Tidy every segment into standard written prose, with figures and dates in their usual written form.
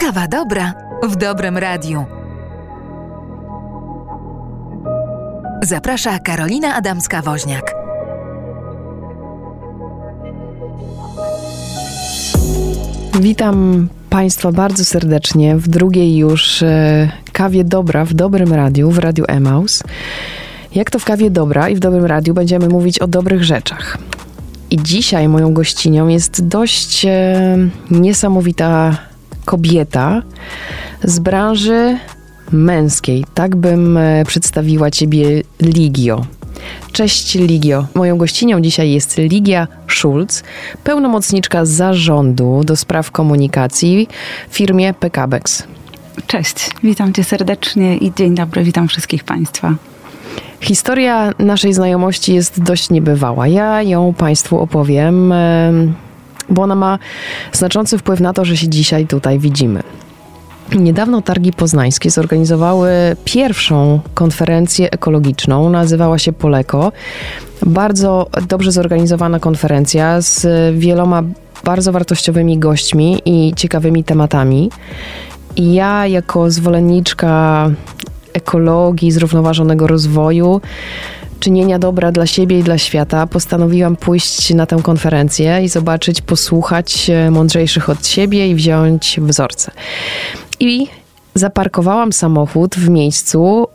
Kawa dobra w dobrym radiu. Zaprasza Karolina Adamska-Woźniak. Witam Państwa bardzo serdecznie w drugiej już Kawie Dobra w dobrym radiu, w Radiu Emaus. Jak to w Kawie Dobra i w dobrym radiu będziemy mówić o dobrych rzeczach. I dzisiaj moją gościnią jest dość niesamowita kobieta z branży męskiej. Tak bym przedstawiła Ciebie, Ligio. Cześć Ligio. Moją gościnią dzisiaj jest Ligia Schulz, pełnomocniczka zarządu do spraw komunikacji w firmie Pekabex. Cześć, witam Cię serdecznie i dzień dobry, witam wszystkich Państwa. Historia naszej znajomości jest dość niebywała. Ja ją Państwu opowiem, bo ona ma znaczący wpływ na to, że się dzisiaj tutaj widzimy. Niedawno Targi Poznańskie zorganizowały pierwszą konferencję ekologiczną, nazywała się Poleko. Bardzo dobrze zorganizowana konferencja z wieloma bardzo wartościowymi gośćmi i ciekawymi tematami. I ja jako zwolenniczka ekologii, zrównoważonego rozwoju, czynienia dobra dla siebie i dla świata, postanowiłam pójść na tę konferencję i zobaczyć, posłuchać mądrzejszych od siebie i wziąć wzorce. I zaparkowałam samochód w miejscu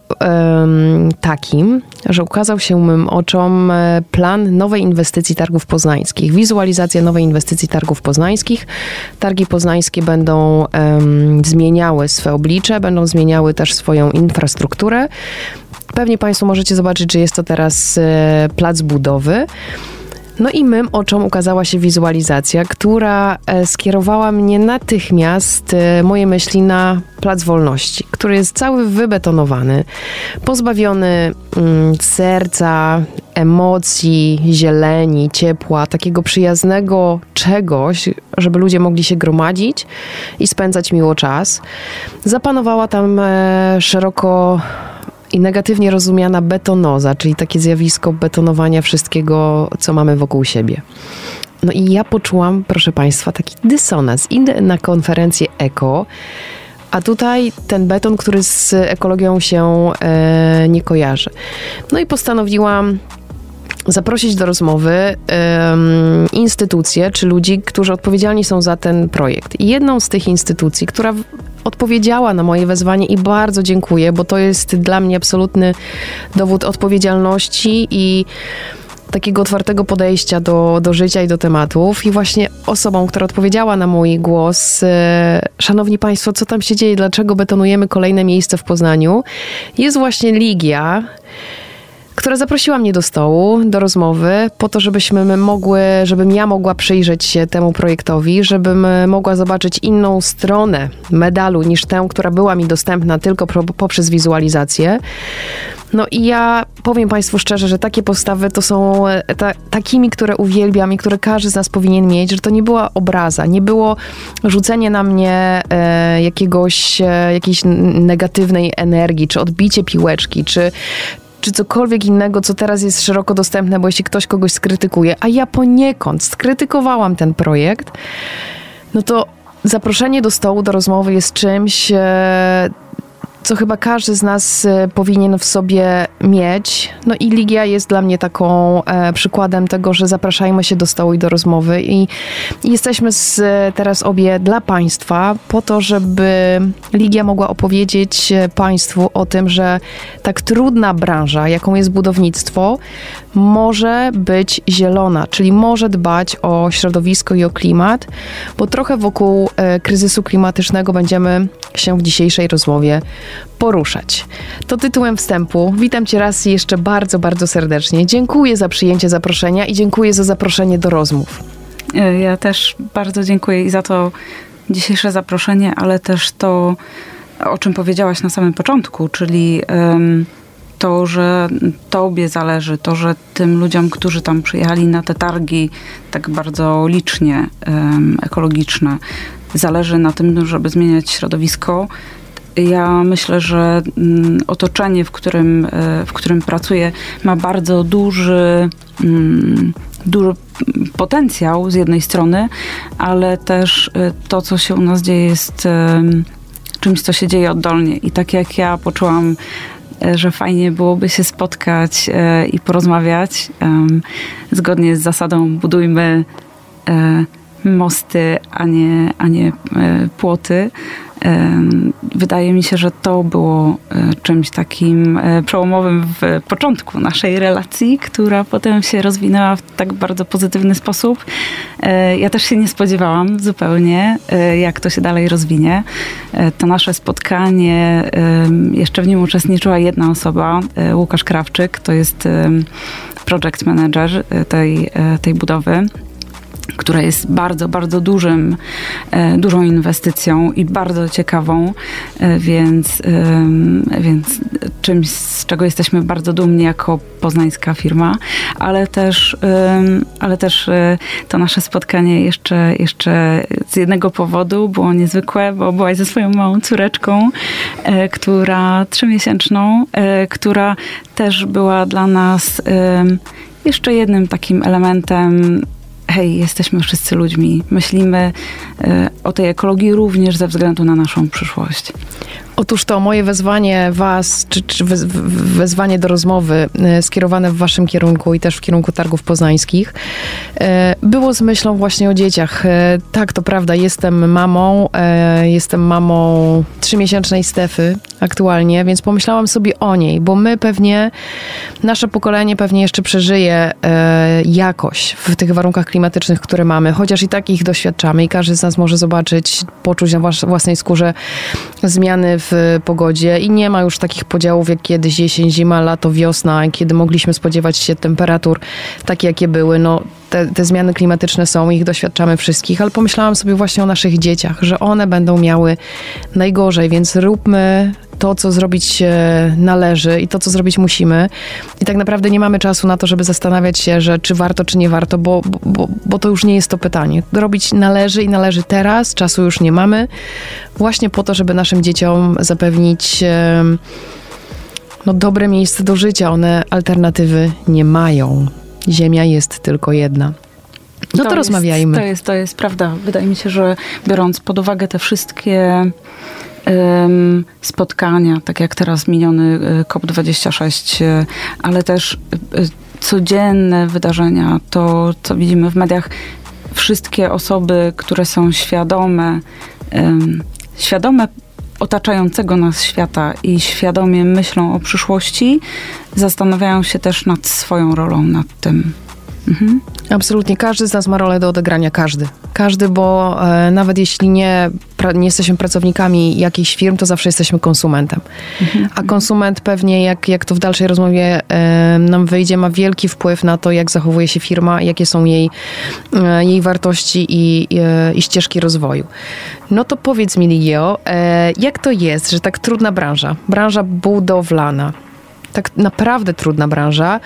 takim, że ukazał się mym oczom plan nowej inwestycji Targów Poznańskich, wizualizacja nowej inwestycji Targów Poznańskich. Targi Poznańskie będą zmieniały swe oblicze, będą zmieniały też swoją infrastrukturę. Pewnie Państwo możecie zobaczyć, że jest to teraz plac budowy. No i mym oczom ukazała się wizualizacja, która skierowała mnie natychmiast, moje myśli, na Plac Wolności, który jest cały wybetonowany, pozbawiony serca, emocji, zieleni, ciepła, takiego przyjaznego czegoś, żeby ludzie mogli się gromadzić i spędzać miło czas. Zapanowała tam szeroko i negatywnie rozumiana betonoza, czyli takie zjawisko betonowania wszystkiego, co mamy wokół siebie. No i ja poczułam, proszę Państwa, taki dysonans. Idę na konferencję eko, a tutaj ten beton, który z ekologią się nie kojarzy. No i postanowiłam zaprosić do rozmowy instytucje czy ludzi, którzy odpowiedzialni są za ten projekt. I jedną z tych instytucji, która odpowiedziała na moje wezwanie i bardzo dziękuję, bo to jest dla mnie absolutny dowód odpowiedzialności i takiego otwartego podejścia do życia i do tematów. I właśnie osobą, która odpowiedziała na mój głos, szanowni Państwo, co tam się dzieje, dlaczego betonujemy kolejne miejsce w Poznaniu, jest właśnie Ligia, która zaprosiła mnie do stołu, do rozmowy, po to, żebym ja mogła przyjrzeć się temu projektowi, żebym mogła zobaczyć inną stronę medalu niż tę, która była mi dostępna tylko poprzez wizualizację. No i ja powiem Państwu szczerze, że takie postawy to są takimi, które uwielbiam i które każdy z nas powinien mieć, że to nie była obraza, nie było rzucenie na mnie jakiejś negatywnej energii, czy odbicie piłeczki, czy cokolwiek innego, co teraz jest szeroko dostępne, bo jeśli ktoś kogoś skrytykuje, a ja poniekąd skrytykowałam ten projekt, no to zaproszenie do stołu, do rozmowy jest czymś, co chyba każdy z nas powinien w sobie mieć. No i Ligia jest dla mnie taką przykładem tego, że zapraszajmy się do stołu i do rozmowy i jesteśmy teraz obie dla Państwa po to, żeby Ligia mogła opowiedzieć Państwu o tym, że tak trudna branża, jaką jest budownictwo, może być zielona, czyli może dbać o środowisko i o klimat, bo trochę wokół kryzysu klimatycznego będziemy się w dzisiejszej rozmowie poruszać. To tytułem wstępu. Witam Cię raz jeszcze bardzo, bardzo serdecznie. Dziękuję za przyjęcie zaproszenia i dziękuję za zaproszenie do rozmów. Ja też bardzo dziękuję i za to dzisiejsze zaproszenie, ale też to, o czym powiedziałaś na samym początku, czyli to, że Tobie zależy, to, że tym ludziom, którzy tam przyjechali na te targi tak bardzo licznie ekologiczne, zależy na tym, żeby zmieniać środowisko. Ja myślę, że otoczenie, w którym pracuję, ma bardzo duży duży potencjał z jednej strony, ale też to, co się u nas dzieje, jest czymś, co się dzieje oddolnie. I tak jak ja poczułam, że fajnie byłoby się spotkać i porozmawiać, zgodnie z zasadą budujmy mosty, a nie płoty. Wydaje mi się, że to było czymś takim przełomowym w początku naszej relacji, która potem się rozwinęła w tak bardzo pozytywny sposób. Ja też się nie spodziewałam zupełnie, jak to się dalej rozwinie. To nasze spotkanie, jeszcze w nim uczestniczyła jedna osoba, Łukasz Krawczyk, to jest project manager tej budowy, która jest bardzo, bardzo dużą inwestycją i bardzo ciekawą, więc czymś, z czego jesteśmy bardzo dumni jako poznańska firma, ale też to nasze spotkanie jeszcze z jednego powodu było niezwykłe, bo byłaś ze swoją małą córeczką, która 3-miesięczną, która też była dla nas jeszcze jednym takim elementem. Hej, jesteśmy wszyscy ludźmi. Myślimy o tej ekologii również ze względu na naszą przyszłość. Otóż to moje wezwanie was, czy wezwanie do rozmowy skierowane w waszym kierunku i też w kierunku targów poznańskich było z myślą właśnie o dzieciach. Tak, to prawda, jestem mamą 3-miesięcznej Stefy aktualnie, więc pomyślałam sobie o niej, bo nasze pokolenie pewnie jeszcze przeżyje jakoś w tych warunkach klimatycznych, które mamy, chociaż i tak ich doświadczamy i każdy z nas może zobaczyć, poczuć na własnej skórze zmiany w pogodzie i nie ma już takich podziałów jak kiedyś jesień, zima, lato, wiosna, kiedy mogliśmy spodziewać się temperatur takie, jakie były. No, te zmiany klimatyczne są, ich doświadczamy wszystkich, ale pomyślałam sobie właśnie o naszych dzieciach, że one będą miały najgorzej, więc róbmy to, co zrobić należy i to, co zrobić musimy. I tak naprawdę nie mamy czasu na to, żeby zastanawiać się, że czy warto, czy nie warto, bo to już nie jest to pytanie. Robić należy i należy teraz, czasu już nie mamy, właśnie po to, żeby naszym dzieciom zapewnić dobre miejsce do życia. One alternatywy nie mają. Ziemia jest tylko jedna. To rozmawiajmy. To jest prawda. Wydaje mi się, że biorąc pod uwagę te wszystkie spotkania, tak jak teraz miniony COP26, ale też codzienne wydarzenia, to co widzimy w mediach, wszystkie osoby, które są świadome otaczającego nas świata i świadomie myślą o przyszłości, zastanawiają się też nad swoją rolą, nad tym. Mhm. Absolutnie. Każdy z nas ma rolę do odegrania. Każdy, bo nawet jeśli nie jesteśmy pracownikami jakichś firm, to zawsze jesteśmy konsumentem. Mhm. A konsument pewnie, jak to w dalszej rozmowie nam wyjdzie, ma wielki wpływ na to, jak zachowuje się firma, jakie są jej wartości i ścieżki rozwoju. No to powiedz mi, Ligio, jak to jest, że tak trudna branża budowlana, tak naprawdę trudna branża,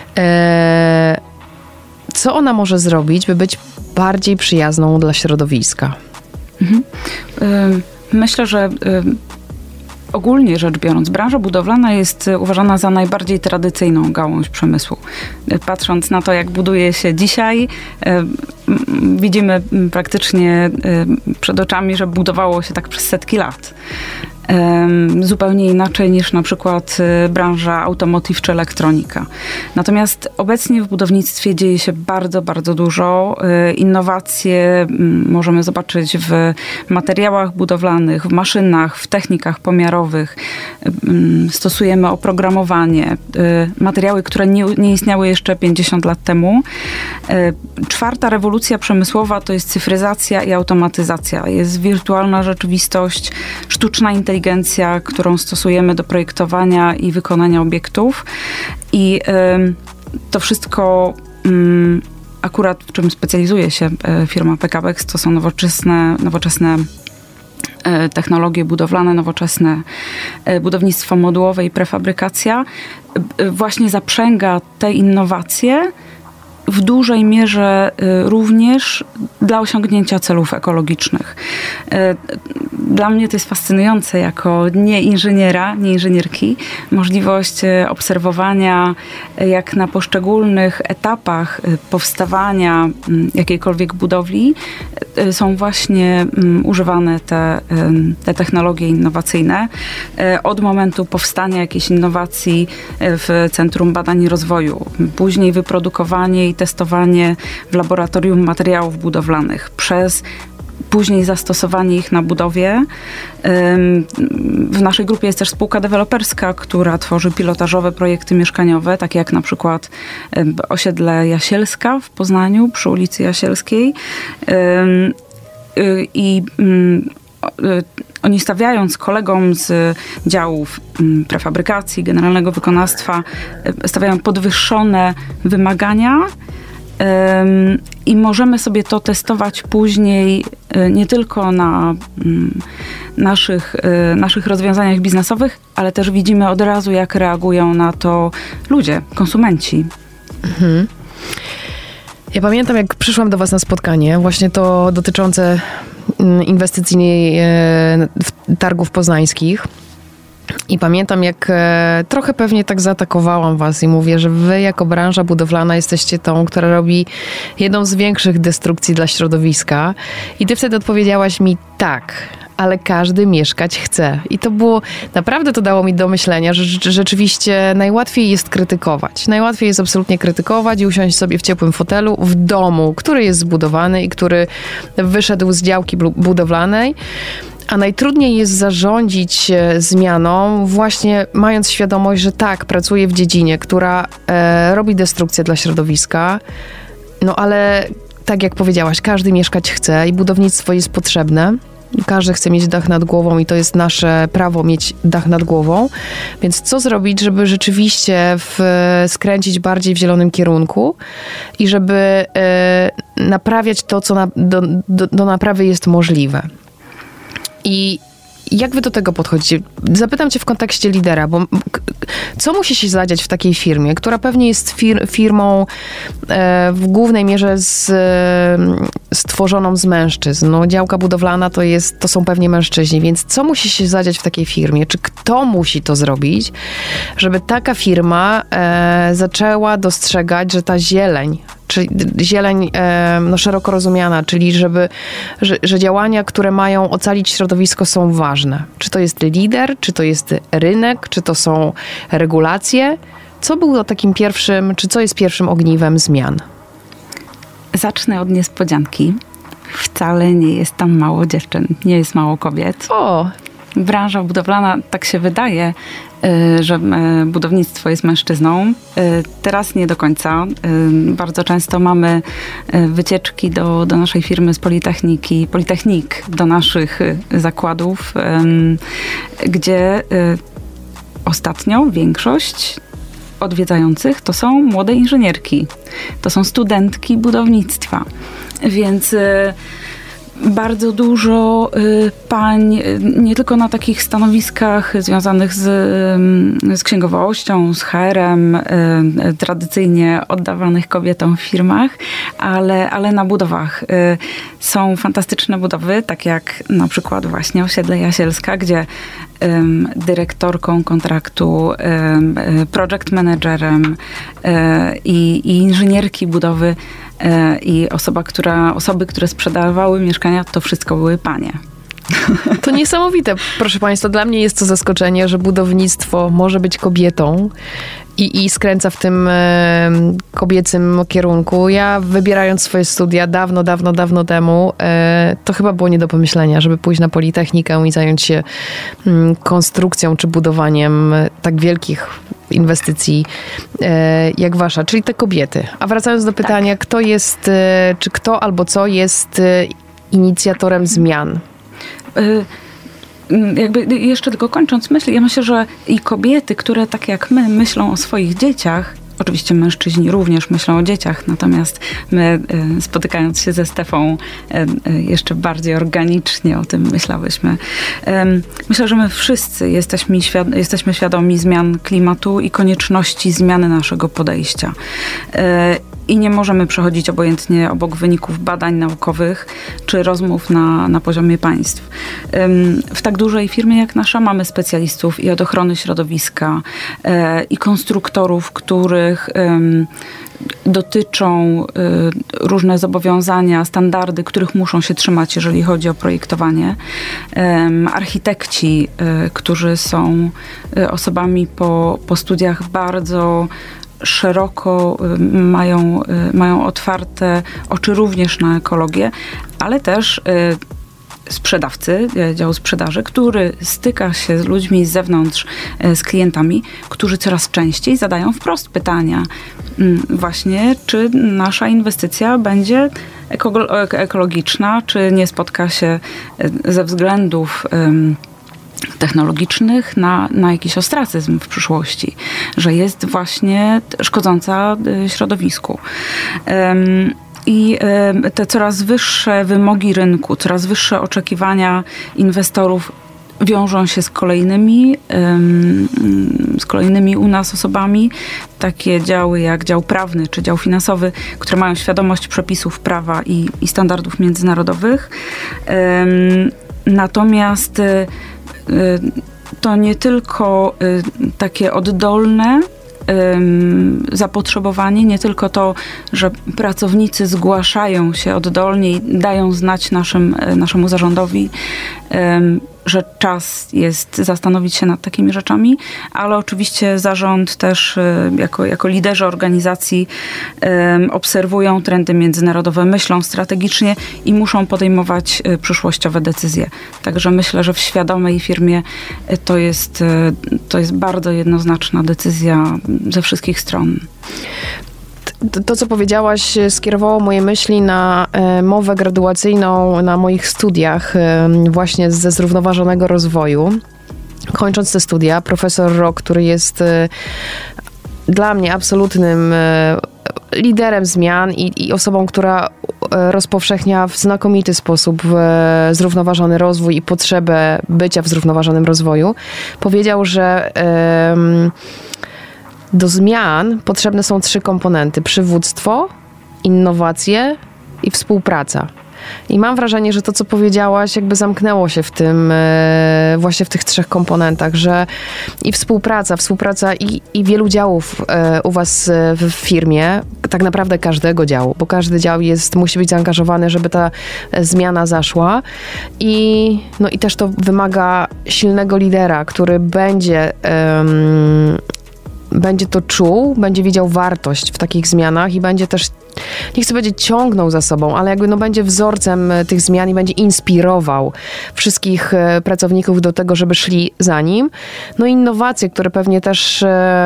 co ona może zrobić, by być bardziej przyjazną dla środowiska? Mhm. Myślę, że ogólnie rzecz biorąc, branża budowlana jest uważana za najbardziej tradycyjną gałąź przemysłu. Patrząc na to, jak buduje się dzisiaj, widzimy praktycznie przed oczami, że budowało się tak przez setki lat. Zupełnie inaczej niż na przykład branża automotive czy elektronika. Natomiast obecnie w budownictwie dzieje się bardzo, bardzo dużo. Innowacje możemy zobaczyć w materiałach budowlanych, w maszynach, w technikach pomiarowych. Stosujemy oprogramowanie, materiały, które nie istniały jeszcze 50 lat temu. Czwarta rewolucja przemysłowa to jest cyfryzacja i automatyzacja. Jest wirtualna rzeczywistość, sztuczna inteligencja, którą stosujemy do projektowania i wykonania obiektów. I to wszystko, akurat w czym specjalizuje się firma PKBX, to są nowoczesne technologie budowlane, nowoczesne budownictwo modułowe i prefabrykacja. Właśnie zaprzęga te innowacje w dużej mierze również dla osiągnięcia celów ekologicznych. Dla mnie to jest fascynujące jako nie inżyniera, nie inżynierki, możliwość obserwowania, jak na poszczególnych etapach powstawania jakiejkolwiek budowli są właśnie używane te technologie innowacyjne. Od momentu powstania jakiejś innowacji w Centrum Badań i Rozwoju, później wyprodukowanie i testowanie w laboratorium materiałów budowlanych, przez później zastosowanie ich na budowie. W naszej grupie jest też spółka deweloperska, która tworzy pilotażowe projekty mieszkaniowe, takie jak na przykład osiedle Jasielska w Poznaniu przy ulicy Jasielskiej. Oni stawiając kolegom z działów prefabrykacji, generalnego wykonawstwa, stawiają podwyższone wymagania i możemy sobie to testować później nie tylko na naszych rozwiązaniach biznesowych, ale też widzimy od razu, jak reagują na to ludzie, konsumenci. Mhm. Ja pamiętam, jak przyszłam do was na spotkanie, właśnie to dotyczące inwestycji targów poznańskich. I pamiętam, jak trochę pewnie tak zaatakowałam was i mówię, że wy jako branża budowlana jesteście tą, która robi jedną z większych destrukcji dla środowiska. I ty wtedy odpowiedziałaś mi tak, ale każdy mieszkać chce. I to było, naprawdę to dało mi do myślenia, że rzeczywiście najłatwiej jest krytykować. Najłatwiej jest absolutnie krytykować i usiąść sobie w ciepłym fotelu w domu, który jest zbudowany i który wyszedł z działki budowlanej. A najtrudniej jest zarządzić zmianą, właśnie mając świadomość, że tak, pracuję w dziedzinie, która robi destrukcję dla środowiska, no ale tak jak powiedziałaś, każdy mieszkać chce i budownictwo jest potrzebne. Każdy chce mieć dach nad głową i to jest nasze prawo mieć dach nad głową. Więc co zrobić, żeby rzeczywiście skręcić bardziej w zielonym kierunku i żeby naprawiać to, co do naprawy jest możliwe. I jak wy do tego podchodzicie? Zapytam cię w kontekście lidera, bo co musi się zadziać w takiej firmie, która pewnie jest firmą w głównej mierze stworzoną z mężczyzn. No, działka budowlana to są pewnie mężczyźni, więc co musi się zadziać w takiej firmie? Czy kto musi to zrobić, żeby taka firma zaczęła dostrzegać, że ta zieleń, szeroko rozumiana, czyli że działania, które mają ocalić środowisko, są ważne. Czy to jest lider, czy to jest rynek, czy to są regulacje? Co było takim pierwszym, czy co jest pierwszym ogniwem zmian? Zacznę od niespodzianki. Wcale nie jest tam mało dziewczyn, nie jest mało kobiet. O! Branża budowlana, tak się wydaje, że budownictwo jest mężczyzną. Teraz nie do końca. Bardzo często mamy wycieczki do naszej firmy z Politechnik do naszych zakładów, gdzie ostatnio większość odwiedzających to są młode inżynierki. To są studentki budownictwa. Więc bardzo dużo pań, nie tylko na takich stanowiskach związanych z księgowością, z HR-em, tradycyjnie oddawanych kobietom w firmach, ale na budowach. Są fantastyczne budowy, tak jak na przykład właśnie osiedle Jasielska, gdzie dyrektorką kontraktu, project managerem i inżynierki budowy i osoby, które sprzedawały mieszkania, to wszystko były panie. To niesamowite, proszę państwa. Dla mnie jest to zaskoczenie, że budownictwo może być kobietą i skręca w tym kobiecym kierunku. Ja wybierając swoje studia dawno temu, to chyba było nie do pomyślenia, żeby pójść na Politechnikę i zająć się konstrukcją czy budowaniem tak wielkich inwestycji jak wasza, czyli te kobiety. A wracając do pytania, kto jest, czy kto albo co jest inicjatorem zmian? Jakby jeszcze tylko kończąc myśl, ja myślę, że i kobiety, które tak jak my myślą o swoich dzieciach, oczywiście mężczyźni również myślą o dzieciach, natomiast my spotykając się ze Stefą jeszcze bardziej organicznie o tym myślałyśmy. Myślę, że my wszyscy jesteśmy świadomi zmian klimatu i konieczności zmiany naszego podejścia. I nie możemy przechodzić obojętnie obok wyników badań naukowych czy rozmów na poziomie państw. W tak dużej firmie jak nasza mamy specjalistów i od ochrony środowiska, i konstruktorów, których dotyczą różne zobowiązania, standardy, których muszą się trzymać, jeżeli chodzi o projektowanie. Architekci, którzy są osobami po studiach bardzo szeroko mają otwarte oczy również na ekologię, ale też sprzedawcy, dział sprzedaży, który styka się z ludźmi z zewnątrz, z klientami, którzy coraz częściej zadają wprost pytania właśnie, czy nasza inwestycja będzie ekologiczna, czy nie spotka się ze względów technologicznych na jakiś ostracyzm w przyszłości, że jest właśnie szkodząca środowisku. I te coraz wyższe wymogi rynku, coraz wyższe oczekiwania inwestorów wiążą się z kolejnymi u nas osobami. Takie działy jak dział prawny czy dział finansowy, które mają świadomość przepisów prawa i standardów międzynarodowych. Natomiast to nie tylko takie oddolne zapotrzebowanie, nie tylko to, że pracownicy zgłaszają się oddolnie i dają znać naszemu zarządowi, że czas jest zastanowić się nad takimi rzeczami, ale oczywiście zarząd też jako liderzy organizacji obserwują trendy międzynarodowe, myślą strategicznie i muszą podejmować przyszłościowe decyzje. Także myślę, że w świadomej firmie to jest bardzo jednoznaczna decyzja ze wszystkich stron. To, co powiedziałaś, skierowało moje myśli na mowę graduacyjną na moich studiach właśnie ze zrównoważonego rozwoju. Kończąc te studia, profesor Rock, który jest dla mnie absolutnym liderem zmian i osobą, która rozpowszechnia w znakomity sposób zrównoważony rozwój i potrzebę bycia w zrównoważonym rozwoju, powiedział, że do zmian potrzebne są 3 komponenty: przywództwo, innowacje i współpraca. I mam wrażenie, że to, co powiedziałaś, jakby zamknęło się w tym, właśnie w tych 3 komponentach, że i współpraca i wielu działów u was w firmie, tak naprawdę każdego działu, bo każdy dział musi być zaangażowany, żeby ta zmiana zaszła. I też to wymaga silnego lidera, który będzie to czuł, będzie widział wartość w takich zmianach i będzie też, nie chcę powiedzieć ciągnął za sobą, ale jakby będzie wzorcem tych zmian i będzie inspirował wszystkich pracowników do tego, żeby szli za nim. No i innowacje, które pewnie też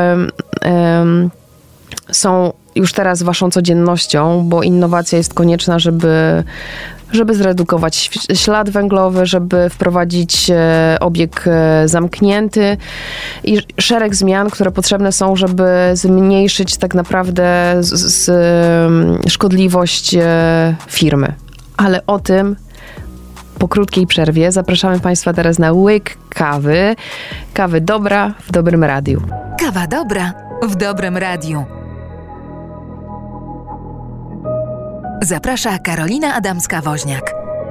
są już teraz waszą codziennością, bo innowacja jest konieczna, żeby zredukować ślad węglowy, żeby wprowadzić obieg zamknięty i szereg zmian, które potrzebne są, żeby zmniejszyć tak naprawdę szkodliwość firmy. Ale o tym po krótkiej przerwie. Zapraszamy Państwa teraz na łyk kawy. Kawy dobra w dobrym radiu. Kawa dobra w dobrym radiu. Zaprasza Karolina Adamska-Woźniak.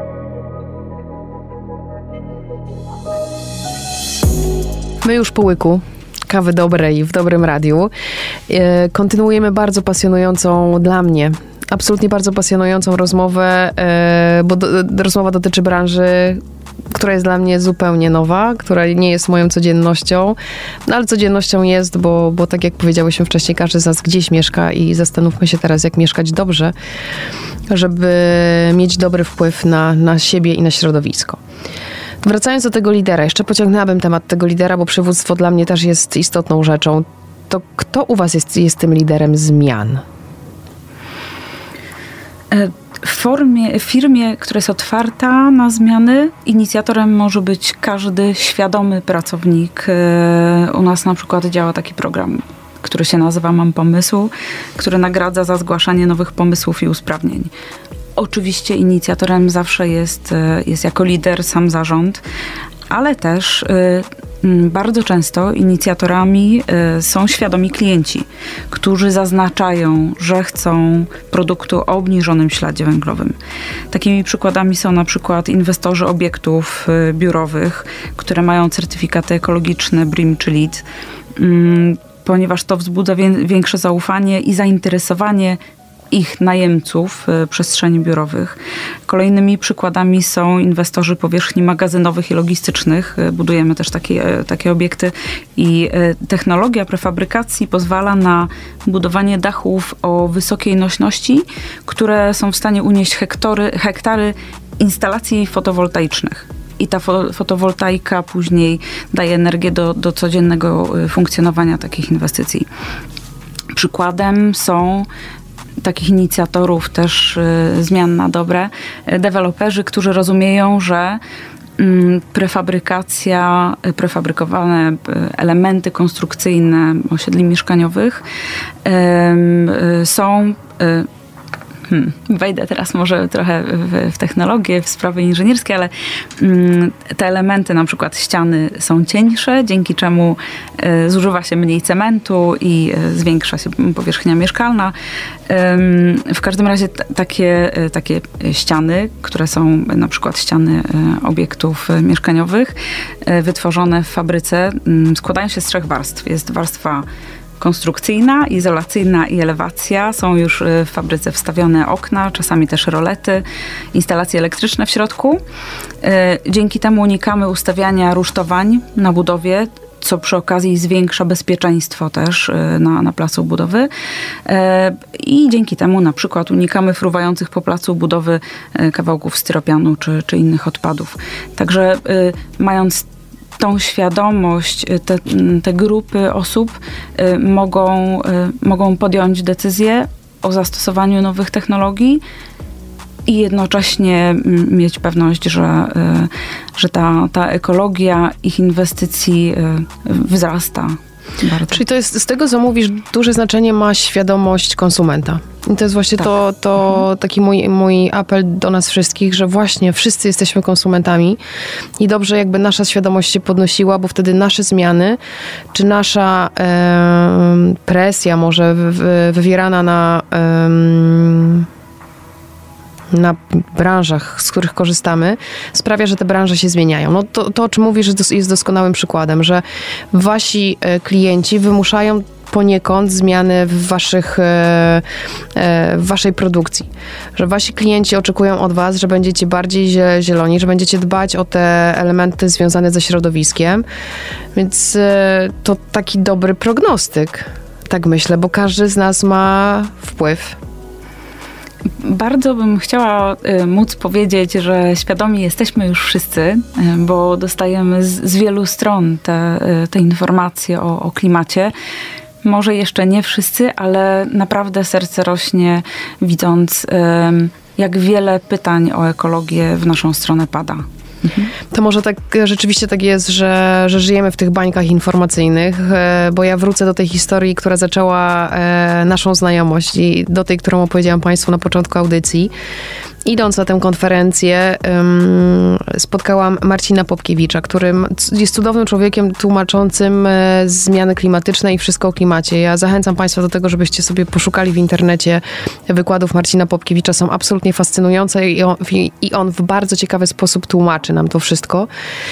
My już po łyku kawy dobrej w dobrym radiu. Kontynuujemy bardzo pasjonującą dla mnie, absolutnie bardzo pasjonującą rozmowę, bo rozmowa dotyczy branży, która jest dla mnie zupełnie nowa, która nie jest moją codziennością, no ale codziennością jest, bo tak jak powiedziałyśmy wcześniej, każdy z nas gdzieś mieszka i zastanówmy się teraz, jak mieszkać dobrze, żeby mieć dobry wpływ na siebie i na środowisko. Wracając do tego lidera, jeszcze pociągnęłabym temat tego lidera, bo przywództwo dla mnie też jest istotną rzeczą. To kto u was jest tym liderem zmian? W firmie, która jest otwarta na zmiany, inicjatorem może być każdy świadomy pracownik. U nas na przykład działa taki program, który się nazywa Mam Pomysł, który nagradza za zgłaszanie nowych pomysłów i usprawnień. Oczywiście inicjatorem zawsze jest jako lider sam zarząd, ale też bardzo często inicjatorami są świadomi klienci, którzy zaznaczają, że chcą produktu o obniżonym śladzie węglowym. Takimi przykładami są na przykład inwestorzy obiektów biurowych, które mają certyfikaty ekologiczne BREEAM czy LEED, ponieważ to wzbudza większe zaufanie i zainteresowanie ich najemców przestrzeni biurowych. Kolejnymi przykładami są inwestorzy powierzchni magazynowych i logistycznych. Budujemy też takie obiekty i technologia prefabrykacji pozwala na budowanie dachów o wysokiej nośności, które są w stanie unieść hektary instalacji fotowoltaicznych. I ta fotowoltaika później daje energię do codziennego funkcjonowania takich inwestycji. Przykładem są takich inicjatorów też zmian na dobre, deweloperzy, którzy rozumieją, że prefabrykowane elementy konstrukcyjne osiedli mieszkaniowych są... Wejdę teraz może trochę w technologię, w sprawy inżynierskie, ale te elementy, na przykład ściany, są cieńsze, dzięki czemu zużywa się mniej cementu i zwiększa się powierzchnia mieszkalna. W każdym razie takie ściany, które są na przykład ściany obiektów mieszkaniowych, wytworzone w fabryce, składają się z 3 warstw. Jest warstwa konstrukcyjna, izolacyjna i elewacja. Są już w fabryce wstawione okna, czasami też rolety, instalacje elektryczne w środku. Dzięki temu unikamy ustawiania rusztowań na budowie, co przy okazji zwiększa bezpieczeństwo też na placu budowy. I dzięki temu na przykład unikamy fruwających po placu budowy kawałków styropianu czy innych odpadów. Także mając tą świadomość, te grupy osób mogą podjąć decyzję o zastosowaniu nowych technologii i jednocześnie mieć pewność, że ta ekologia ich inwestycji wzrasta bardzo. Czyli to jest, z tego co mówisz, duże znaczenie ma świadomość konsumenta. I to jest właśnie to taki mój apel do nas wszystkich, że właśnie wszyscy jesteśmy konsumentami i dobrze jakby nasza świadomość się podnosiła, bo wtedy nasze zmiany, czy nasza presja może wywierana na branżach, z których korzystamy, sprawia, że te branże się zmieniają. No to o czym mówisz, jest doskonałym przykładem, że wasi klienci wymuszają poniekąd zmiany w waszej produkcji. Że wasi klienci oczekują od was, że będziecie bardziej zieloni, że będziecie dbać o te elementy związane ze środowiskiem. Więc to taki dobry prognostyk, tak myślę, bo każdy z nas ma wpływ. Bardzo bym chciała móc powiedzieć, że świadomi jesteśmy już wszyscy, bo dostajemy z wielu stron te informacje o klimacie. Może jeszcze nie wszyscy, ale naprawdę serce rośnie, widząc, jak wiele pytań o ekologię w naszą stronę pada. To może tak rzeczywiście tak jest, że żyjemy w tych bańkach informacyjnych, bo ja wrócę do tej historii, która zaczęła naszą znajomość i do tej, którą opowiedziałam Państwu na początku audycji. Idąc na tę konferencję, spotkałam Marcina Popkiewicza, którym jest cudownym człowiekiem tłumaczącym zmiany klimatyczne i wszystko o klimacie. Ja zachęcam Państwa do tego, żebyście sobie poszukali w internecie wykładów Marcina Popkiewicza. Są absolutnie fascynujące i on w bardzo ciekawy sposób tłumaczy nam to wszystko.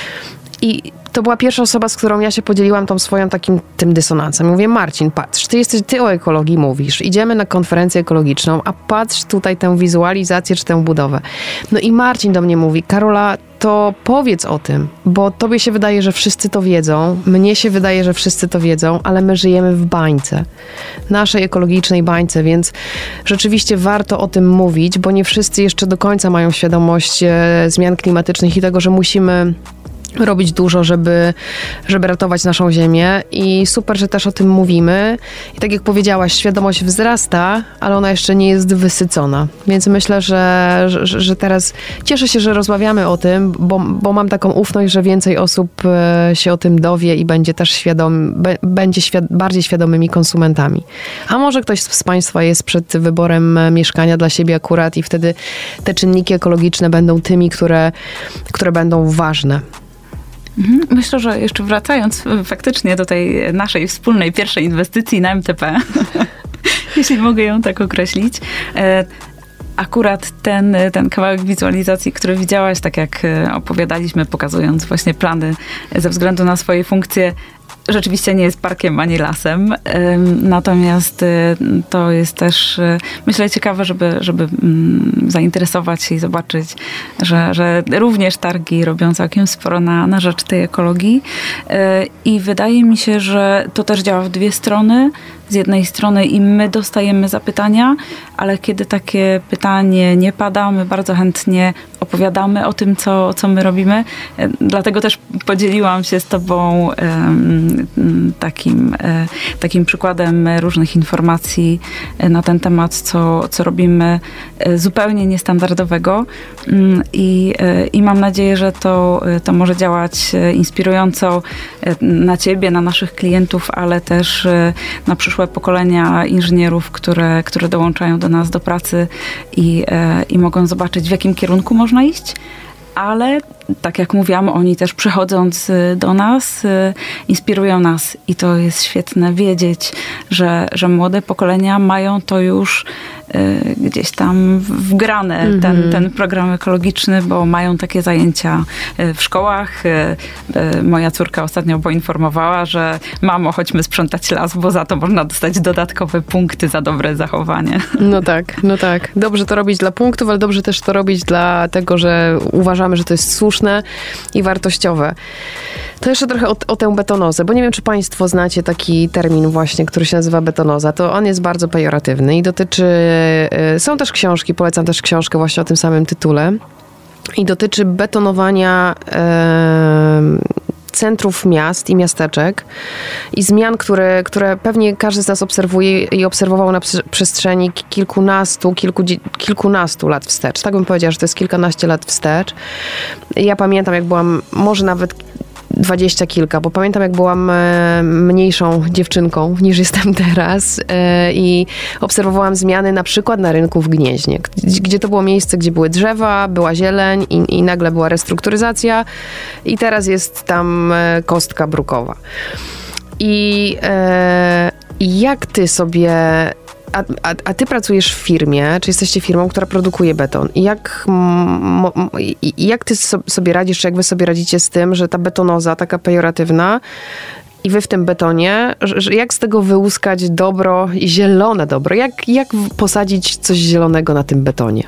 I to była pierwsza osoba, z którą ja się podzieliłam tą swoją tym dysonansem. Mówię, Marcin, patrz, ty o ekologii mówisz, idziemy na konferencję ekologiczną, a patrz tutaj tę wizualizację czy tę budowę. No i Marcin do mnie mówi, Karola, to powiedz o tym, bo tobie się wydaje, że wszyscy to wiedzą, mnie się wydaje, że wszyscy to wiedzą, ale my żyjemy w bańce, naszej ekologicznej bańce, więc rzeczywiście warto o tym mówić, bo nie wszyscy jeszcze do końca mają świadomość zmian klimatycznych i tego, że musimy robić dużo, żeby ratować naszą ziemię i super, że też o tym mówimy. I tak jak powiedziałaś, świadomość wzrasta, ale ona jeszcze nie jest wysycona. Więc myślę, że teraz cieszę się, że rozmawiamy o tym, bo mam taką ufność, że więcej osób się o tym dowie i będzie też bardziej świadomymi konsumentami. A może ktoś z Państwa jest przed wyborem mieszkania dla siebie akurat i wtedy te czynniki ekologiczne będą tymi, które będą ważne. Myślę, że jeszcze wracając faktycznie do tej naszej wspólnej pierwszej inwestycji na MTP, jeśli mogę ją tak określić, akurat ten kawałek wizualizacji, który widziałaś, tak jak opowiadaliśmy, pokazując właśnie plany ze względu na swoje funkcje, rzeczywiście nie jest parkiem ani lasem, natomiast to jest też, myślę, ciekawe, żeby zainteresować się i zobaczyć, że również targi robią całkiem sporo na rzecz tej ekologii i wydaje mi się, że to też działa w dwie strony. Z jednej strony i my dostajemy zapytania, ale kiedy takie pytanie nie pada, my bardzo chętnie opowiadamy o tym, co my robimy. Dlatego też podzieliłam się z tobą takim przykładem różnych informacji na ten temat, co robimy zupełnie niestandardowego i mam nadzieję, że to może działać inspirująco na ciebie, na naszych klientów, ale też na przyszłe pokolenia inżynierów, które dołączają do nas do pracy i mogą zobaczyć, w jakim kierunku można iść. Ale tak jak mówiłam, oni też przychodząc do nas, inspirują nas i to jest świetne wiedzieć, że młode pokolenia mają to już gdzieś tam wgrane, ten program ekologiczny, bo mają takie zajęcia w szkołach. Moja córka ostatnio poinformowała, że mamo, chodźmy sprzątać las, bo za to można dostać dodatkowe punkty za dobre zachowanie. No tak. Dobrze to robić dla punktów, ale dobrze też to robić dla tego, że uważamy, że to jest słuszne i wartościowe. To jeszcze trochę o tę betonozę, bo nie wiem, czy państwo znacie taki termin właśnie, który się nazywa betonoza. To on jest bardzo pejoratywny i dotyczy... Są też książki, polecam też książkę właśnie o tym samym tytule. I dotyczy betonowania centrów miast i miasteczek i zmian, które pewnie każdy z nas obserwuje i obserwował na przestrzeni kilkunastu lat wstecz. Tak bym powiedziała, że to jest kilkanaście lat wstecz. Ja pamiętam, jak byłam, może nawet 20 kilka, bo pamiętam, jak byłam mniejszą dziewczynką niż jestem teraz i obserwowałam zmiany na przykład na rynku w Gnieźnie, gdzie to było miejsce, gdzie były drzewa, była zieleń i nagle była restrukturyzacja i teraz jest tam kostka brukowa. I jak ty sobie... A ty pracujesz w firmie, czy jesteście firmą, która produkuje beton. I jak ty sobie radzisz, czy jak wy sobie radzicie z tym, że ta betonoza taka pejoratywna i wy w tym betonie, że jak z tego wyłuskać dobro, zielone dobro? Jak posadzić coś zielonego na tym betonie?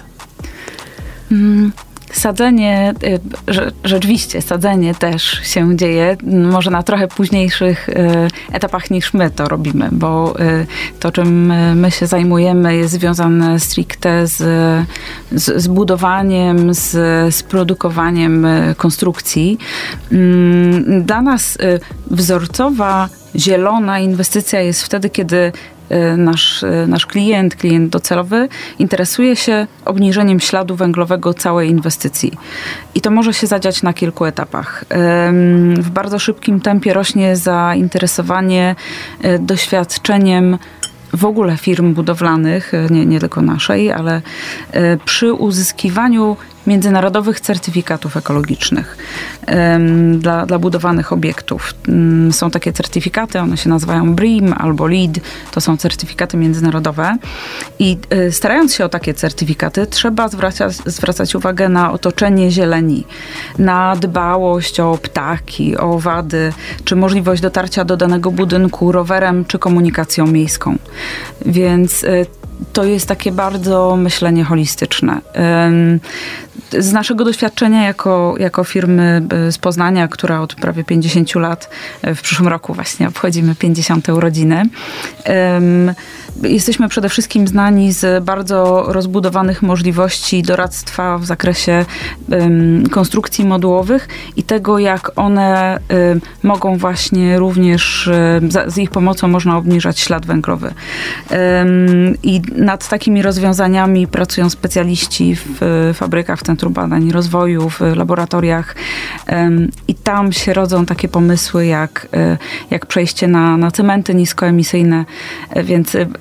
Sadzenie, rzeczywiście sadzenie też się dzieje, może na trochę późniejszych etapach niż my to robimy, bo to, czym my się zajmujemy, jest związane stricte z budowaniem, z produkowaniem konstrukcji. Dla nas wzorcowa, zielona inwestycja jest wtedy, kiedy nasz klient docelowy interesuje się obniżeniem śladu węglowego całej inwestycji. I to może się zadziać na kilku etapach. W bardzo szybkim tempie rośnie zainteresowanie doświadczeniem w ogóle firm budowlanych, nie tylko naszej, ale przy uzyskiwaniu międzynarodowych certyfikatów ekologicznych dla budowanych obiektów. Są takie certyfikaty, one się nazywają BREEAM albo LEED, to są certyfikaty międzynarodowe i starając się o takie certyfikaty, trzeba zwracać uwagę na otoczenie zieleni, na dbałość o ptaki, o owady, czy możliwość dotarcia do danego budynku rowerem, czy komunikacją miejską. Więc to jest takie bardzo myślenie holistyczne. Z naszego doświadczenia jako firmy z Poznania, która od prawie 50 lat, w przyszłym roku właśnie obchodzimy 50. urodziny, jesteśmy przede wszystkim znani z bardzo rozbudowanych możliwości doradztwa w zakresie konstrukcji modułowych i tego, jak one mogą właśnie również, z ich pomocą można obniżać ślad węglowy. I nad takimi rozwiązaniami pracują specjaliści w fabrykach, w Centrum Badań i Rozwoju, w laboratoriach i tam się rodzą takie pomysły jak przejście na cementy niskoemisyjne, więc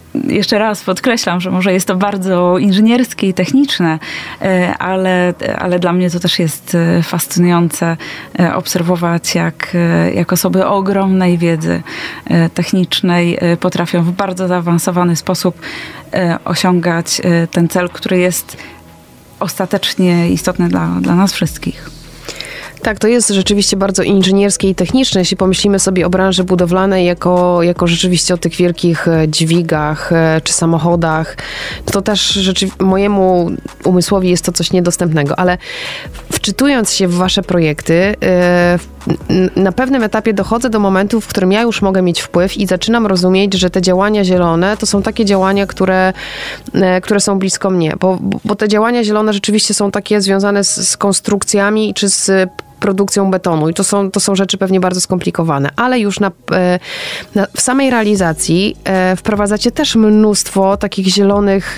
jeszcze raz podkreślam, że może jest to bardzo inżynierskie i techniczne, ale dla mnie to też jest fascynujące obserwować, jak osoby o ogromnej wiedzy technicznej potrafią w bardzo zaawansowany sposób osiągać ten cel, który jest ostatecznie istotny dla nas wszystkich. Tak, to jest rzeczywiście bardzo inżynierskie i techniczne. Jeśli pomyślimy sobie o branży budowlanej jako rzeczywiście o tych wielkich dźwigach czy samochodach, to też mojemu umysłowi jest to coś niedostępnego. Ale wczytując się w wasze projekty, na pewnym etapie dochodzę do momentu, w którym ja już mogę mieć wpływ i zaczynam rozumieć, że te działania zielone to są takie działania, które są blisko mnie. Bo te działania zielone rzeczywiście są takie związane z konstrukcjami czy z produkcją betonu i to są rzeczy pewnie bardzo skomplikowane, ale już w samej realizacji wprowadzacie też mnóstwo takich zielonych,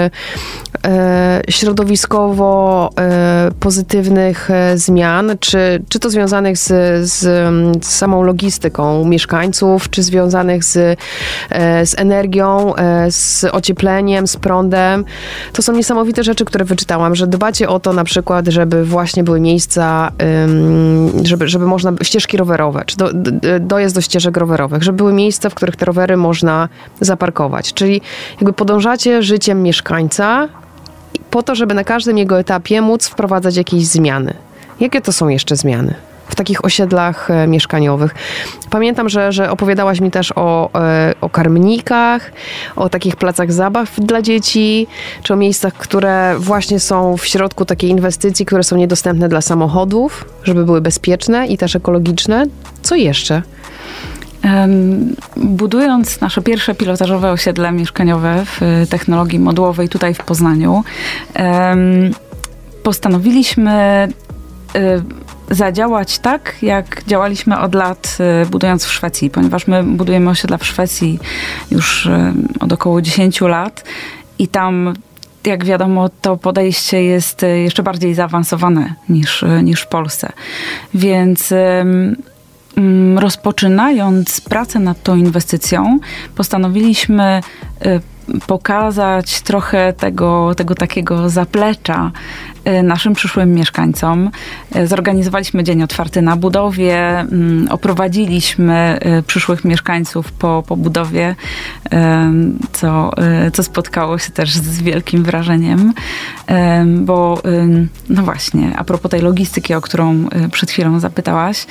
środowiskowo pozytywnych zmian, czy to związanych z samą logistyką mieszkańców, czy związanych z energią, z ociepleniem, z prądem. To są niesamowite rzeczy, które wyczytałam, że dbacie o to na przykład, żeby właśnie były miejsca, żeby można, ścieżki rowerowe, czy dojazd do ścieżek rowerowych, żeby były miejsca, w których te rowery można zaparkować. Czyli jakby podążacie życiem mieszkańca po to, żeby na każdym jego etapie móc wprowadzać jakieś zmiany. Jakie to są jeszcze zmiany w takich osiedlach mieszkaniowych? Pamiętam, że opowiadałaś mi też o karmnikach, o takich placach zabaw dla dzieci, czy o miejscach, które właśnie są w środku takiej inwestycji, które są niedostępne dla samochodów, żeby były bezpieczne i też ekologiczne. Co jeszcze? Budując nasze pierwsze pilotażowe osiedle mieszkaniowe w technologii modułowej tutaj w Poznaniu, postanowiliśmy zadziałać tak, jak działaliśmy od lat budując w Szwecji, ponieważ my budujemy osiedla w Szwecji już od około 10 lat i tam, jak wiadomo, to podejście jest jeszcze bardziej zaawansowane niż w Polsce. Więc rozpoczynając pracę nad tą inwestycją, postanowiliśmy pokazać trochę tego takiego zaplecza naszym przyszłym mieszkańcom. Zorganizowaliśmy dzień otwarty na budowie, oprowadziliśmy przyszłych mieszkańców po budowie, co spotkało się też z wielkim wrażeniem, bo no właśnie, a propos tej logistyki, o którą przed chwilą zapytałaś,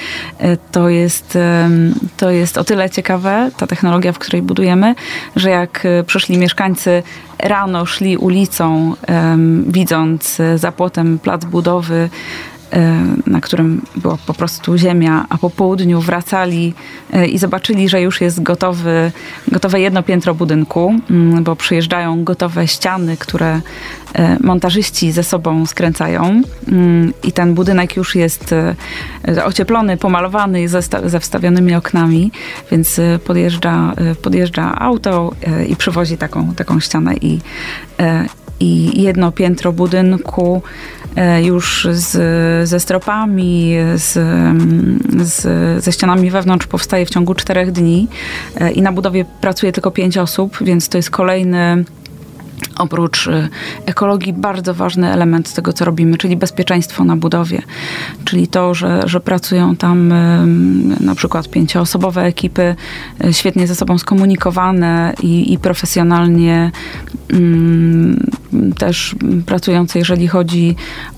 to jest o tyle ciekawe, ta technologia, w której budujemy, że jak przyszli mieszkańcy rano szli ulicą, widząc za płotem plac budowy, na którym była po prostu ziemia, a po południu wracali i zobaczyli, że już jest gotowe jedno piętro budynku, bo przyjeżdżają gotowe ściany, które montażyści ze sobą skręcają i ten budynek już jest ocieplony, pomalowany ze wstawionymi oknami, więc podjeżdża auto i przywozi taką ścianę i jedno piętro budynku już ze stropami, ze ścianami wewnątrz powstaje w ciągu 4 dni i na budowie pracuje tylko 5 osób, więc to jest kolejny, oprócz ekologii, bardzo ważny element tego, co robimy, czyli bezpieczeństwo na budowie. Czyli to, że pracują tam na przykład 5-osobowe ekipy, świetnie ze sobą skomunikowane i profesjonalnie też pracujące, jeżeli chodzi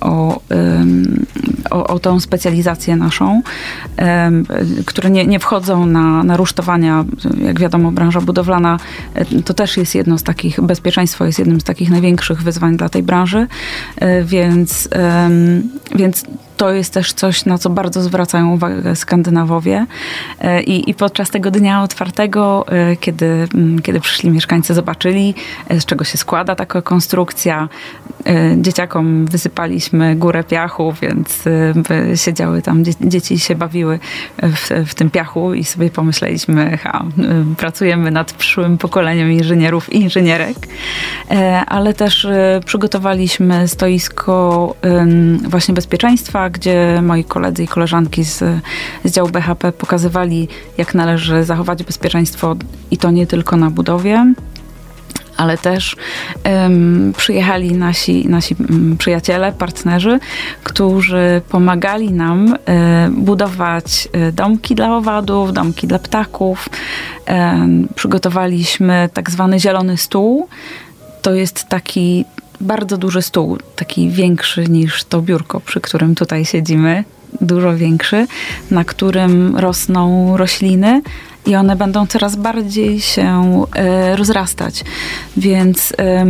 o tą specjalizację naszą, które nie wchodzą na rusztowania. Jak wiadomo, branża budowlana to też jest jedno z takich, bezpieczeństwo jest jednym z takich największych wyzwań dla tej branży, więc to jest też coś, na co bardzo zwracają uwagę Skandynawowie. I podczas tego dnia otwartego, kiedy przyszli mieszkańcy, zobaczyli, z czego się składa taka konstrukcja. Dzieciakom wysypaliśmy górę piachu, więc siedziały tam, dzieci się bawiły w tym piachu i sobie pomyśleliśmy, pracujemy nad przyszłym pokoleniem inżynierów i inżynierek. Ale też przygotowaliśmy stoisko właśnie bezpieczeństwa, gdzie moi koledzy i koleżanki z działu BHP pokazywali, jak należy zachować bezpieczeństwo i to nie tylko na budowie, ale też przyjechali nasi przyjaciele, partnerzy, którzy pomagali nam budować domki dla owadów, domki dla ptaków. Przygotowaliśmy tak zwany zielony stół. To jest taki bardzo duży stół, taki większy niż to biurko, przy którym tutaj siedzimy, dużo większy, na którym rosną rośliny i one będą coraz bardziej się rozrastać. Więc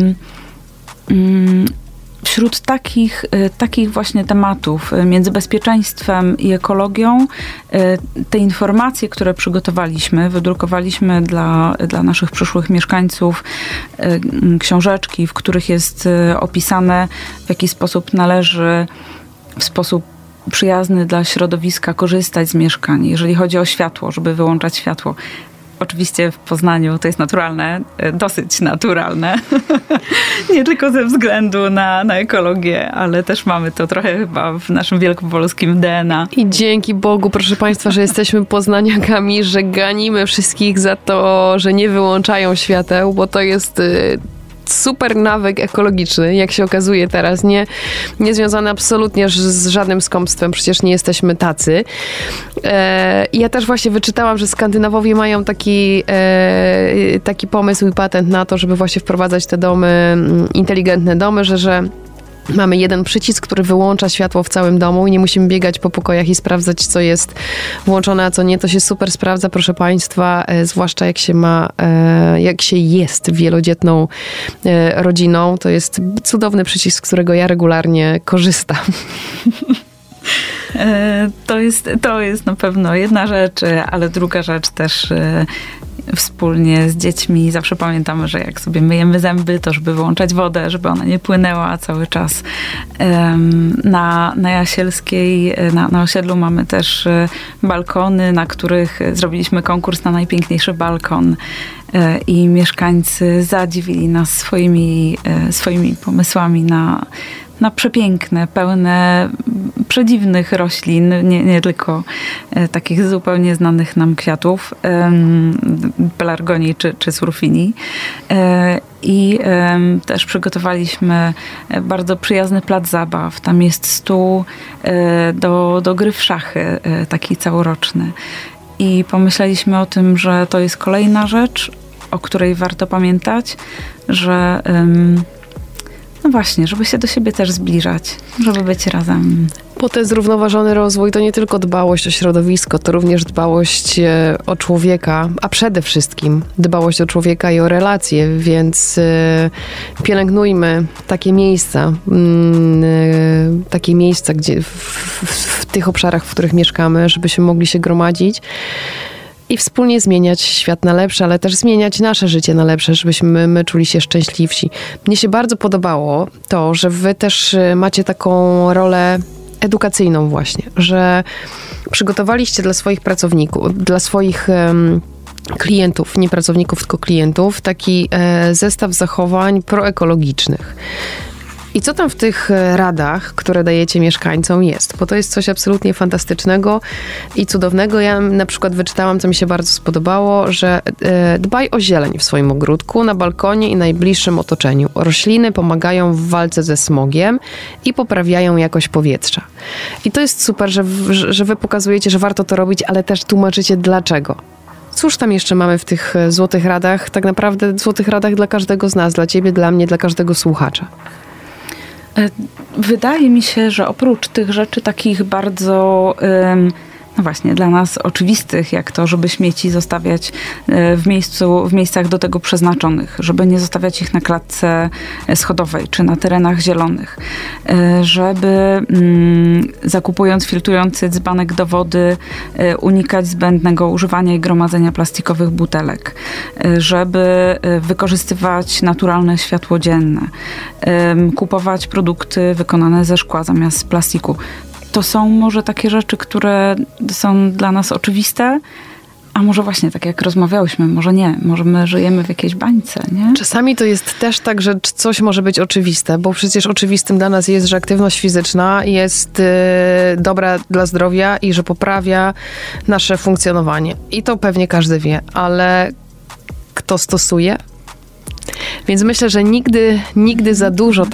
wśród takich właśnie tematów między bezpieczeństwem i ekologią, te informacje, które przygotowaliśmy, wydrukowaliśmy dla naszych przyszłych mieszkańców książeczki, w których jest opisane, w jaki sposób należy w sposób przyjazny dla środowiska korzystać z mieszkań. Jeżeli chodzi o światło, żeby wyłączać światło. Oczywiście w Poznaniu to jest naturalne, dosyć naturalne. Nie tylko ze względu na ekologię, ale też mamy to trochę chyba w naszym wielkopolskim DNA. I dzięki Bogu, proszę Państwa, że jesteśmy poznaniakami, że ganimy wszystkich za to, że nie wyłączają świateł, bo to jest super nawyk ekologiczny, jak się okazuje teraz, nie związany absolutnie z żadnym skąpstwem, przecież nie jesteśmy tacy. Ja też właśnie wyczytałam, że Skandynawowie mają taki pomysł i patent na to, żeby właśnie wprowadzać te domy, inteligentne domy, że mamy jeden przycisk, który wyłącza światło w całym domu i nie musimy biegać po pokojach i sprawdzać, co jest włączone, a co nie. To się super sprawdza, proszę Państwa, zwłaszcza jak się jest wielodzietną rodziną. To jest cudowny przycisk, z którego ja regularnie korzystam. To jest na pewno jedna rzecz, ale druga rzecz też wspólnie z dziećmi zawsze pamiętamy, że jak sobie myjemy zęby, to żeby wyłączać wodę, żeby ona nie płynęła cały czas. Na Jasielskiej, na osiedlu mamy też balkony, na których zrobiliśmy konkurs na najpiękniejszy balkon i mieszkańcy zadziwili nas swoimi pomysłami na przepiękne, pełne przedziwnych roślin, nie tylko takich zupełnie znanych nam kwiatów, pelargonii czy surfinii. I też przygotowaliśmy bardzo przyjazny plac zabaw. Tam jest stół do gry w szachy, taki całoroczny. I pomyśleliśmy o tym, że to jest kolejna rzecz, o której warto pamiętać, że no właśnie, żeby się do siebie też zbliżać, żeby być razem. Bo ten zrównoważony rozwój to nie tylko dbałość o środowisko, to również dbałość o człowieka, a przede wszystkim dbałość o człowieka i o relacje, więc pielęgnujmy takie miejsca, gdzie w tych obszarach, w których mieszkamy, żebyśmy mogli się gromadzić i wspólnie zmieniać świat na lepsze, ale też zmieniać nasze życie na lepsze, żebyśmy my czuli się szczęśliwsi. Mnie się bardzo podobało to, że wy też macie taką rolę edukacyjną właśnie, że przygotowaliście dla swoich pracowników, dla swoich klientów, nie pracowników, tylko klientów, taki zestaw zachowań proekologicznych. I co tam w tych radach, które dajecie mieszkańcom jest? Bo to jest coś absolutnie fantastycznego i cudownego. Ja na przykład wyczytałam, co mi się bardzo spodobało, że dbaj o zieleń w swoim ogródku, na balkonie i najbliższym otoczeniu. Rośliny pomagają w walce ze smogiem i poprawiają jakość powietrza. I to jest super, że wy pokazujecie, że warto to robić, ale też tłumaczycie dlaczego. Cóż tam jeszcze mamy w tych złotych radach? Tak naprawdę złotych radach dla każdego z nas, dla ciebie, dla mnie, dla każdego słuchacza. Wydaje mi się, że oprócz tych rzeczy takich bardzo, no właśnie, dla nas oczywistych, jak to, żeby śmieci zostawiać w miejscach do tego przeznaczonych, żeby nie zostawiać ich na klatce schodowej czy na terenach zielonych, żeby zakupując filtrujący dzbanek do wody unikać zbędnego używania i gromadzenia plastikowych butelek, żeby wykorzystywać naturalne światło dzienne, kupować produkty wykonane ze szkła zamiast plastiku. To są może takie rzeczy, które są dla nas oczywiste, a może właśnie tak jak rozmawiałyśmy, może nie, może my żyjemy w jakiejś bańce, nie? Czasami to jest też tak, że coś może być oczywiste, bo przecież oczywistym dla nas jest, że aktywność fizyczna jest dobra dla zdrowia i że poprawia nasze funkcjonowanie. I to pewnie każdy wie, ale kto stosuje? Więc myślę, że nigdy za dużo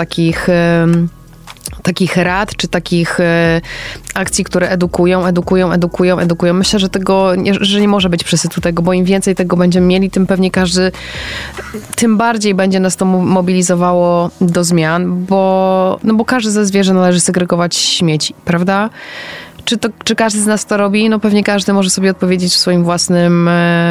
takich rad, czy takich akcji, które edukują. Myślę, że że nie może być przesytu tego, bo im więcej tego będziemy mieli, tym pewnie tym bardziej będzie nas to mobilizowało do zmian, bo każdy ze zwierzę należy segregować śmieci, prawda? Czy każdy z nas to robi? No pewnie każdy może sobie odpowiedzieć w swoim własnym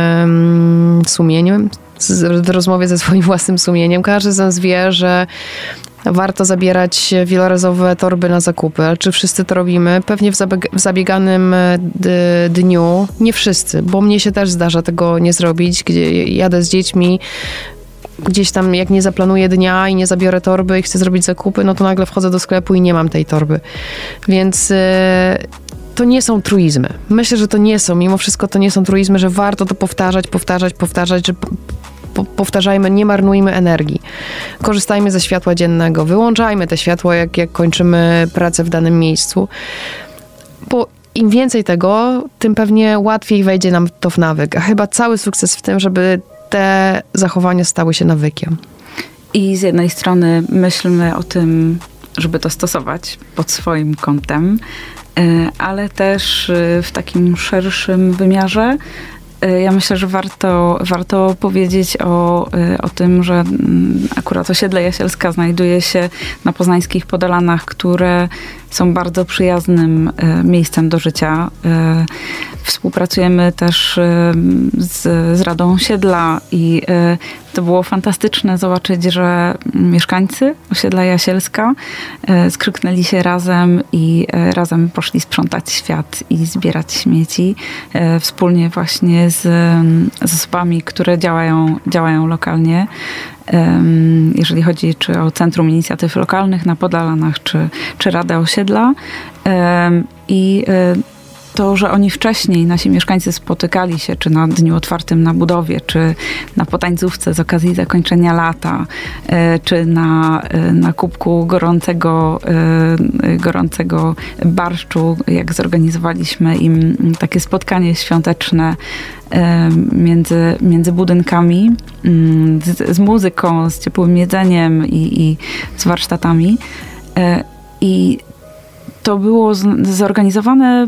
sumieniu, w rozmowie ze swoim własnym sumieniem. Każdy z nas wie, że warto zabierać wielorazowe torby na zakupy. Ale czy wszyscy to robimy? Pewnie w zabieganym dniu. Nie wszyscy, bo mnie się też zdarza tego nie zrobić, gdzie jadę z dziećmi, gdzieś tam jak nie zaplanuję dnia i nie zabiorę torby i chcę zrobić zakupy, no to nagle wchodzę do sklepu i nie mam tej torby. Więc to nie są truizmy. Myślę, że to nie są, mimo wszystko to nie są truizmy, że warto to powtarzać, że powtarzajmy, nie marnujmy energii. Korzystajmy ze światła dziennego, wyłączajmy te światło, jak kończymy pracę w danym miejscu. Bo im więcej tego, tym pewnie łatwiej wejdzie nam to w nawyk. A chyba cały sukces w tym, żeby te zachowania stały się nawykiem. I z jednej strony myślmy o tym, żeby to stosować pod swoim kątem, ale też w takim szerszym wymiarze. Ja myślę, że warto powiedzieć o tym, że akurat osiedle Jasielska znajduje się na poznańskich Podalanach, które są bardzo przyjaznym miejscem do życia. Współpracujemy też z Radą Osiedla i to było fantastyczne zobaczyć, że mieszkańcy osiedla Jasielska skrzyknęli się razem i razem poszli sprzątać świat i zbierać śmieci wspólnie właśnie z osobami, które działają lokalnie. Jeżeli chodzi czy o Centrum Inicjatyw Lokalnych na Podalanach, czy Radę Osiedla. I to, że oni wcześniej, nasi mieszkańcy, spotykali się czy na Dniu Otwartym na budowie, czy na potańcówce z okazji zakończenia lata, czy na kubku gorącego barszczu, jak zorganizowaliśmy im takie spotkanie świąteczne między budynkami, z muzyką, z ciepłym jedzeniem i z warsztatami. I to było zorganizowane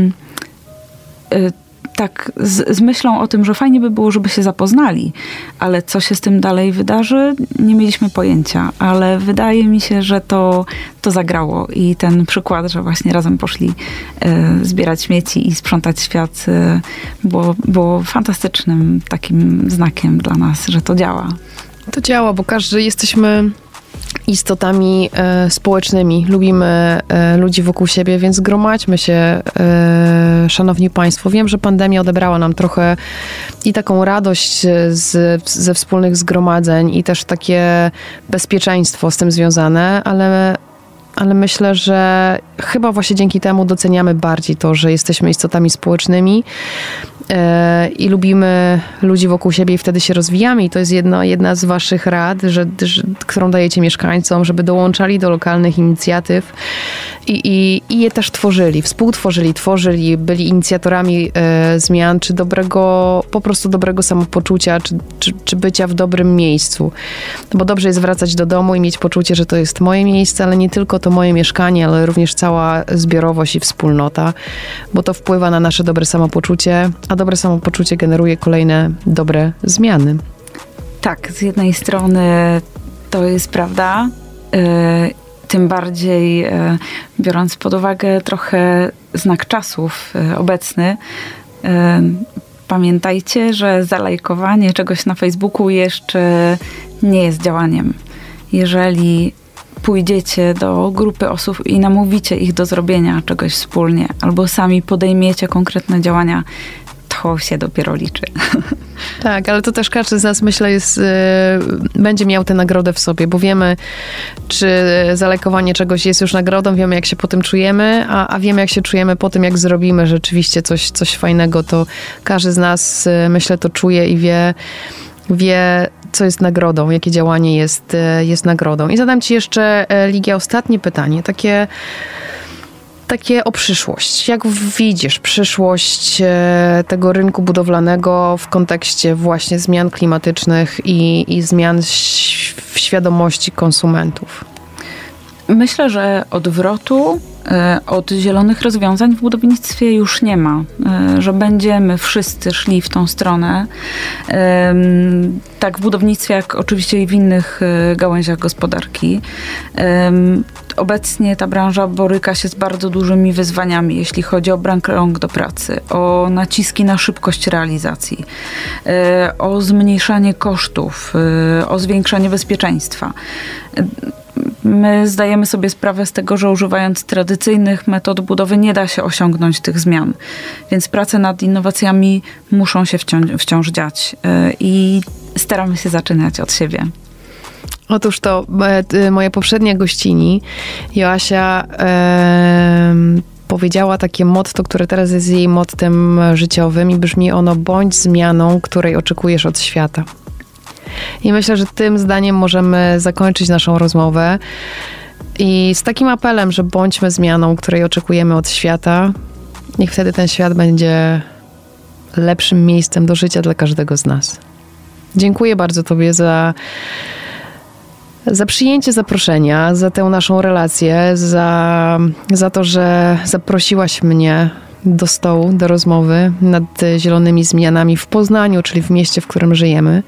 tak z myślą o tym, że fajnie by było, żeby się zapoznali, ale co się z tym dalej wydarzy, nie mieliśmy pojęcia, ale wydaje mi się, że to zagrało i ten przykład, że właśnie razem poszli zbierać śmieci i sprzątać świat, było fantastycznym takim znakiem dla nas, że to działa. To działa, bo jesteśmy istotami społecznymi. Lubimy ludzi wokół siebie, więc gromadźmy się, szanowni państwo. Wiem, że pandemia odebrała nam trochę i taką radość ze wspólnych zgromadzeń i też takie bezpieczeństwo z tym związane, ale myślę, że chyba właśnie dzięki temu doceniamy bardziej to, że jesteśmy istotami społecznymi i lubimy ludzi wokół siebie i wtedy się rozwijamy. I to jest jedna z waszych rad, którą dajecie mieszkańcom, żeby dołączali do lokalnych inicjatyw i je też tworzyli, byli inicjatorami zmian, czy po prostu dobrego samopoczucia, czy bycia w dobrym miejscu. Bo dobrze jest wracać do domu i mieć poczucie, że to jest moje miejsce, ale nie tylko to moje mieszkanie, ale również cała zbiorowość i wspólnota, bo to wpływa na nasze dobre samopoczucie, a dobre samopoczucie generuje kolejne dobre zmiany. Tak, z jednej strony to jest prawda, tym bardziej biorąc pod uwagę trochę znak czasów obecny. Pamiętajcie, że zalajkowanie czegoś na Facebooku jeszcze nie jest działaniem. Jeżeli pójdziecie do grupy osób i namówicie ich do zrobienia czegoś wspólnie, albo sami podejmiecie konkretne działania, to się dopiero liczy. Tak, ale to też każdy z nas, myślę, będzie miał tę nagrodę w sobie, bo wiemy, czy zalajkowanie czegoś jest już nagrodą, wiemy, jak się po tym czujemy, a wiemy, jak się czujemy po tym, jak zrobimy rzeczywiście coś fajnego, to każdy z nas, myślę, to czuje i wie, co jest nagrodą, jakie działanie jest nagrodą. I zadam ci jeszcze, Ligia, ostatnie pytanie, takie o przyszłość. Jak widzisz przyszłość tego rynku budowlanego w kontekście właśnie zmian klimatycznych i zmian w świadomości konsumentów? Myślę, że odwrotu od zielonych rozwiązań w budownictwie już nie ma, że będziemy wszyscy szli w tą stronę. Tak w budownictwie, jak oczywiście i w innych gałęziach gospodarki. Obecnie ta branża boryka się z bardzo dużymi wyzwaniami, jeśli chodzi o brak rąk do pracy, o naciski na szybkość realizacji, o zmniejszanie kosztów, o zwiększanie bezpieczeństwa. My zdajemy sobie sprawę z tego, że używając tradycyjnych metod budowy nie da się osiągnąć tych zmian. Więc prace nad innowacjami muszą się wciąż dziać i staramy się zaczynać od siebie. Otóż to moja poprzednia gościni, Joasia, powiedziała takie motto, które teraz jest jej mottem życiowym i brzmi ono: bądź zmianą, której oczekujesz od świata. I myślę, że tym zdaniem możemy zakończyć naszą rozmowę. I z takim apelem, że bądźmy zmianą, której oczekujemy od świata. Niech wtedy ten świat będzie lepszym miejscem do życia dla każdego z nas. Dziękuję bardzo Tobie za przyjęcie zaproszenia, za tę naszą relację, za to, że zaprosiłaś mnie do stołu, do rozmowy nad zielonymi zmianami w Poznaniu, czyli w mieście, w którym żyjemy.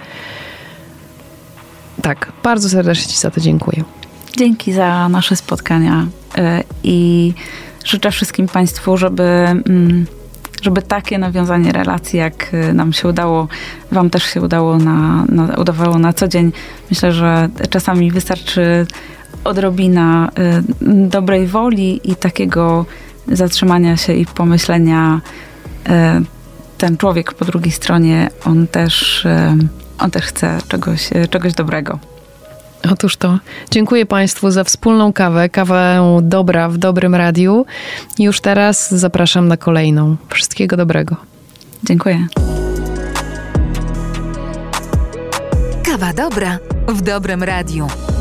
Tak, bardzo serdecznie Ci za to dziękuję. Dzięki za nasze spotkania i życzę wszystkim Państwu, żeby takie nawiązanie relacji, jak nam się udało, Wam też się udawało na co dzień. Myślę, że czasami wystarczy odrobina dobrej woli i takiego zatrzymania się i pomyślenia. Ten człowiek po drugiej stronie, on też chce czegoś dobrego. Otóż to. Dziękuję Państwu za wspólną kawę dobra w dobrym radiu. I już teraz zapraszam na kolejną. Wszystkiego dobrego. Dziękuję. Kawa dobra w dobrym radiu.